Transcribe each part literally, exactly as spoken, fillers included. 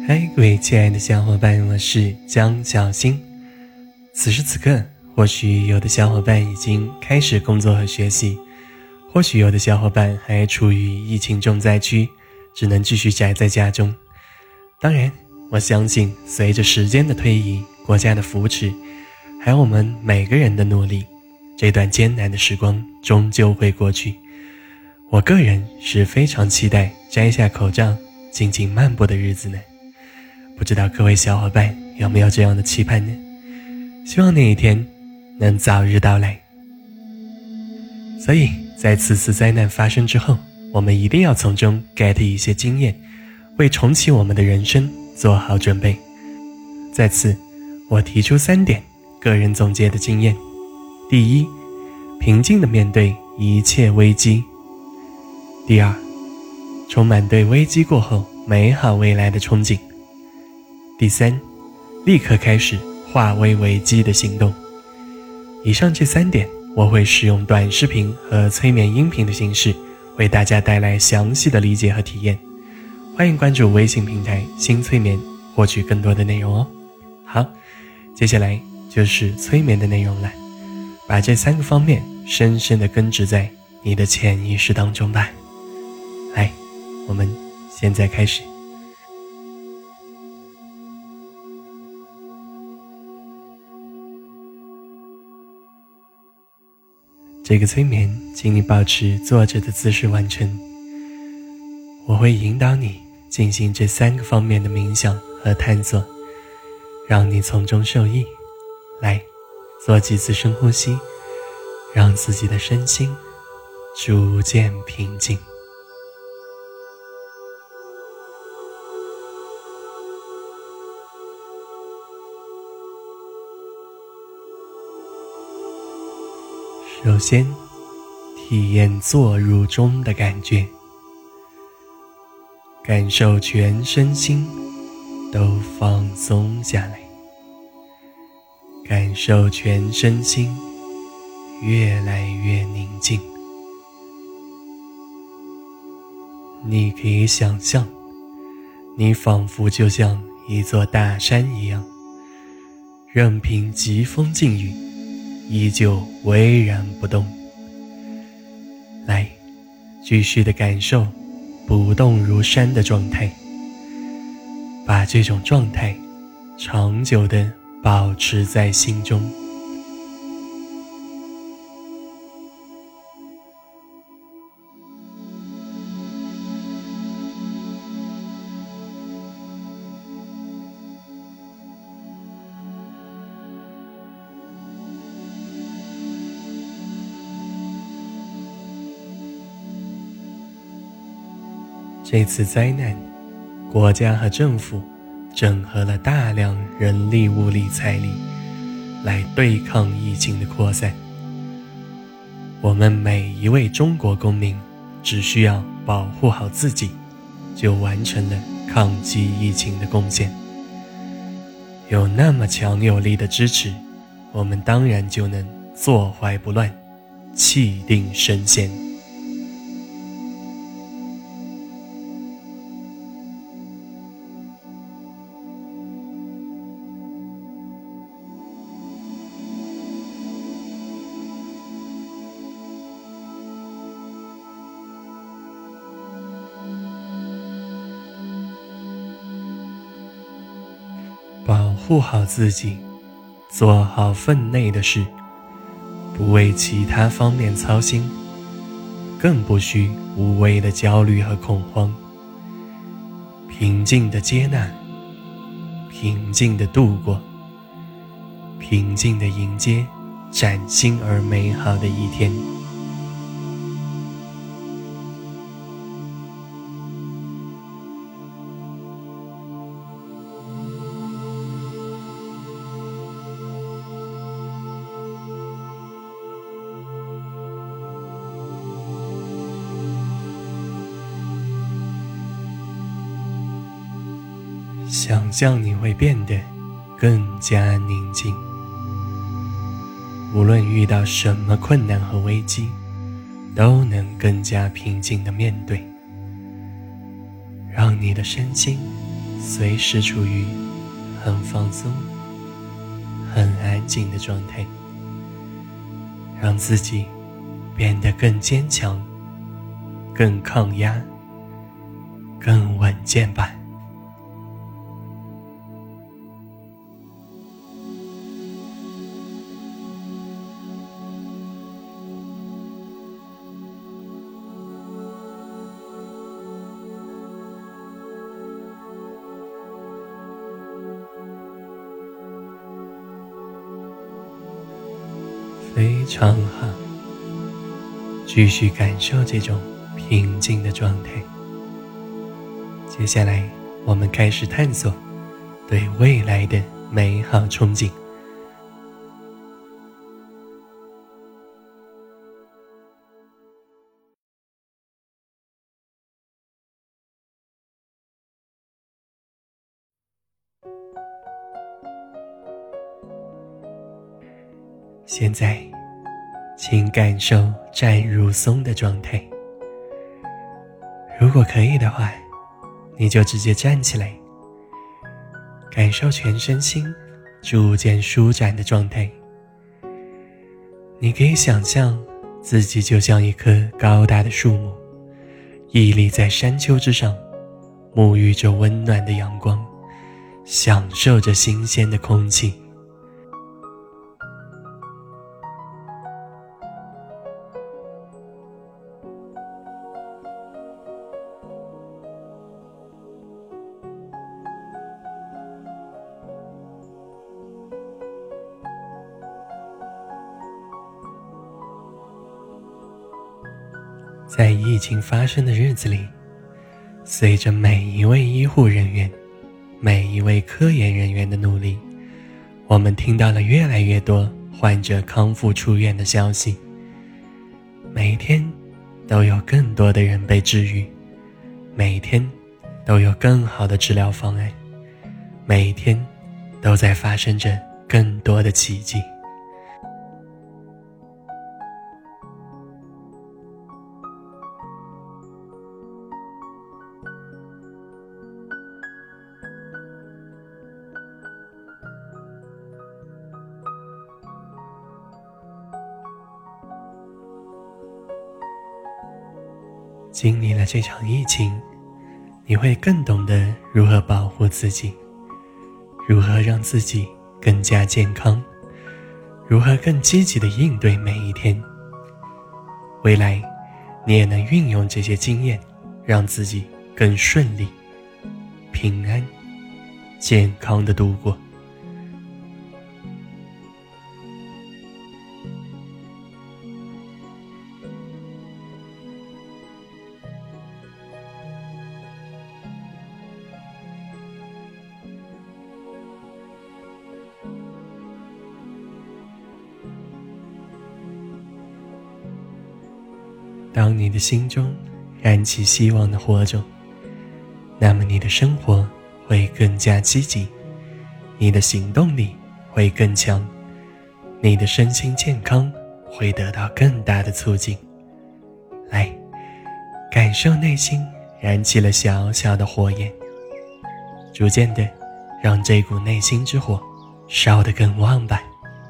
嗨，各位亲爱的小伙伴，我是江小新。此时此刻，或许有的小伙伴已经开始工作和学习，或许有的小伙伴还处于疫情重灾区，只能继续宅在家中。当然，我相信随着时间的推移，国家的扶持，还有我们每个人的努力，这段艰难的时光终究会过去。我个人是非常期待摘下口罩静静漫步的日子呢。不知道各位小伙伴有没有这样的期盼呢？希望那一天能早日到来。所以在此次灾难发生之后，我们一定要从中 get 一些经验，为重启我们的人生做好准备。在此我提出三点个人总结的经验。第一，平静地面对一切危机。第二，充满对危机过后美好未来的憧憬。第三，立刻开始化危为机的行动。以上这三点，我会使用短视频和催眠音频的形式，为大家带来详细的理解和体验。欢迎关注微信平台新催眠，获取更多的内容哦。好，接下来就是催眠的内容了，把这三个方面深深地根植在你的潜意识当中吧。来，我们现在开始。这个催眠，请你保持坐着的姿势完成。我会引导你进行这三个方面的冥想和探索，让你从中受益。来，做几次深呼吸，让自己的身心逐渐平静。首先，体验坐入中的感觉，感受全身心都放松下来，感受全身心越来越宁静。你可以想象，你仿佛就像一座大山一样，任凭疾风劲雨，依旧巍然不动。来，继续的感受不动如山的状态，把这种状态长久的保持在心中。这次灾难，国家和政府整合了大量人力、物力、财力来对抗疫情的扩散。我们每一位中国公民只需要保护好自己，就完成了抗击疫情的贡献。有那么强有力的支持，我们当然就能坐怀不乱，气定神闲。保护好自己，做好分内的事，不为其他方面操心，更不需无谓的焦虑和恐慌。平静地接纳，平静地度过，平静地迎接崭新而美好的一天。想象你会变得更加宁静，无论遇到什么困难和危机，都能更加平静地面对，让你的身心随时处于很放松、很安静的状态，让自己变得更坚强、更抗压、更稳健吧。非常好，继续感受这种平静的状态。接下来我们开始探索对未来的美好憧憬。现在请感受站入松的状态，如果可以的话，你就直接站起来，感受全身心逐渐舒展的状态。你可以想象自己就像一棵高大的树木，屹立在山丘之上，沐浴着温暖的阳光，享受着新鲜的空气。在疫情发生的日子里，随着每一位医护人员、每一位科研人员的努力，我们听到了越来越多患者康复出院的消息。每一天都有更多的人被治愈，每一天都有更好的治疗方案，每一天都在发生着更多的奇迹。经历了这场疫情，你会更懂得如何保护自己，如何让自己更加健康，如何更积极地应对每一天。未来，你也能运用这些经验，让自己更顺利、平安、健康地度过。当你的心中燃起希望的火种，那么你的生活会更加积极，你的行动力会更强，你的身心健康会得到更大的促进。来，感受内心燃起了小小的火焰，逐渐的让这股内心之火烧得更旺吧。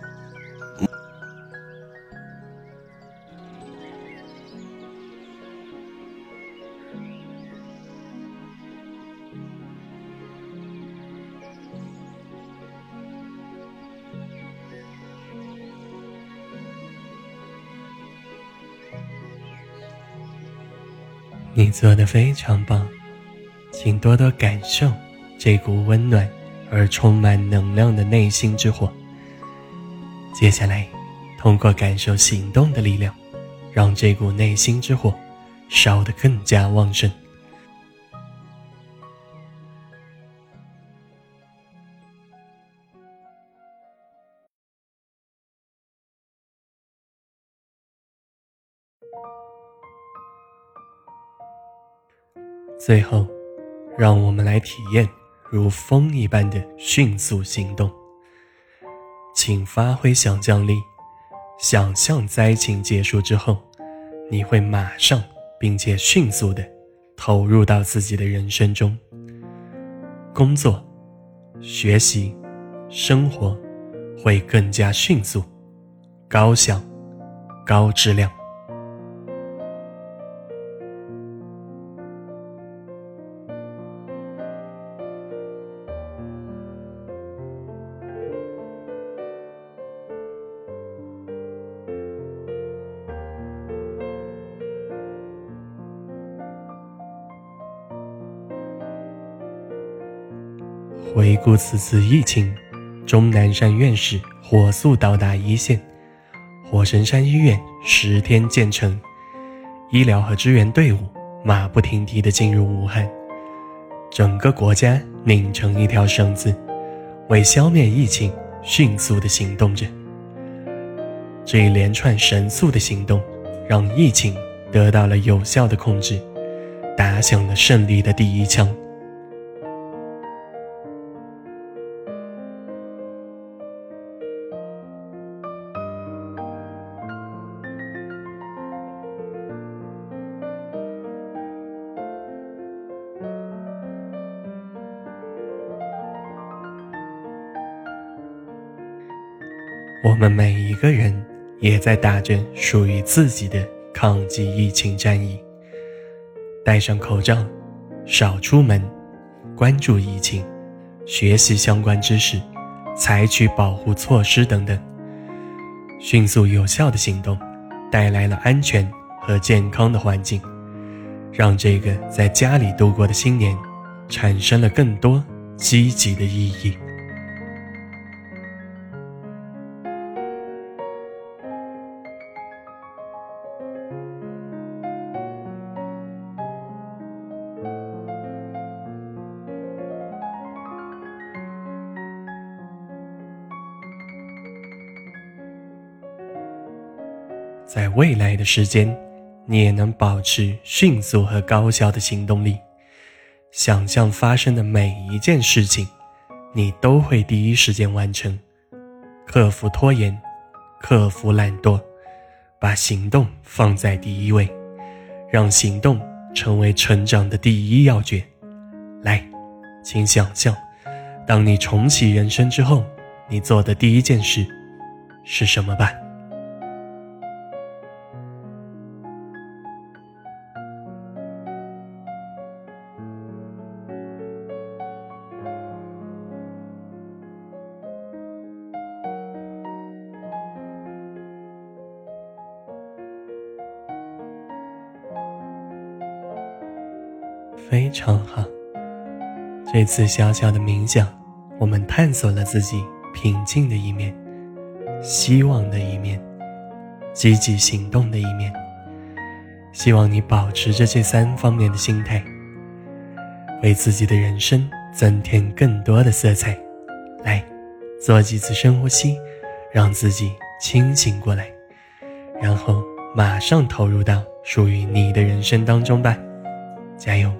你做得非常棒，请多多感受这股温暖而充满能量的内心之火。接下来，通过感受行动的力量，让这股内心之火烧得更加旺盛。最后，让我们来体验如风一般的迅速行动。请发挥想象力，想象灾情结束之后，你会马上并且迅速地投入到自己的人生中。 工作、学习、生活会更加迅速、高效、高质量。回顾此次疫情，钟南山院士火速到达一线，火神山医院十天建成，医疗和支援队伍马不停蹄地进入武汉，整个国家拧成一条绳子，为消灭疫情迅速地行动着。这一连串神速的行动，让疫情得到了有效的控制，打响了胜利的第一枪。我们每一个人也在打着属于自己的抗击疫情战役，戴上口罩，少出门，关注疫情，学习相关知识，采取保护措施等等。迅速有效的行动带来了安全和健康的环境，让这个在家里度过的新年产生了更多积极的意义。在未来的时间，你也能保持迅速和高效的行动力，想象发生的每一件事情，你都会第一时间完成，克服拖延，克服懒惰，把行动放在第一位，让行动成为成长的第一要诀。来，请想象，当你重启人生之后，你做的第一件事是什么吧？非常好，这次小小的冥想，我们探索了自己平静的一面，希望的一面，积极行动的一面。希望你保持着这三方面的心态，为自己的人生增添更多的色彩。来，做几次深呼吸，让自己清醒过来，然后马上投入到属于你的人生当中吧。加油！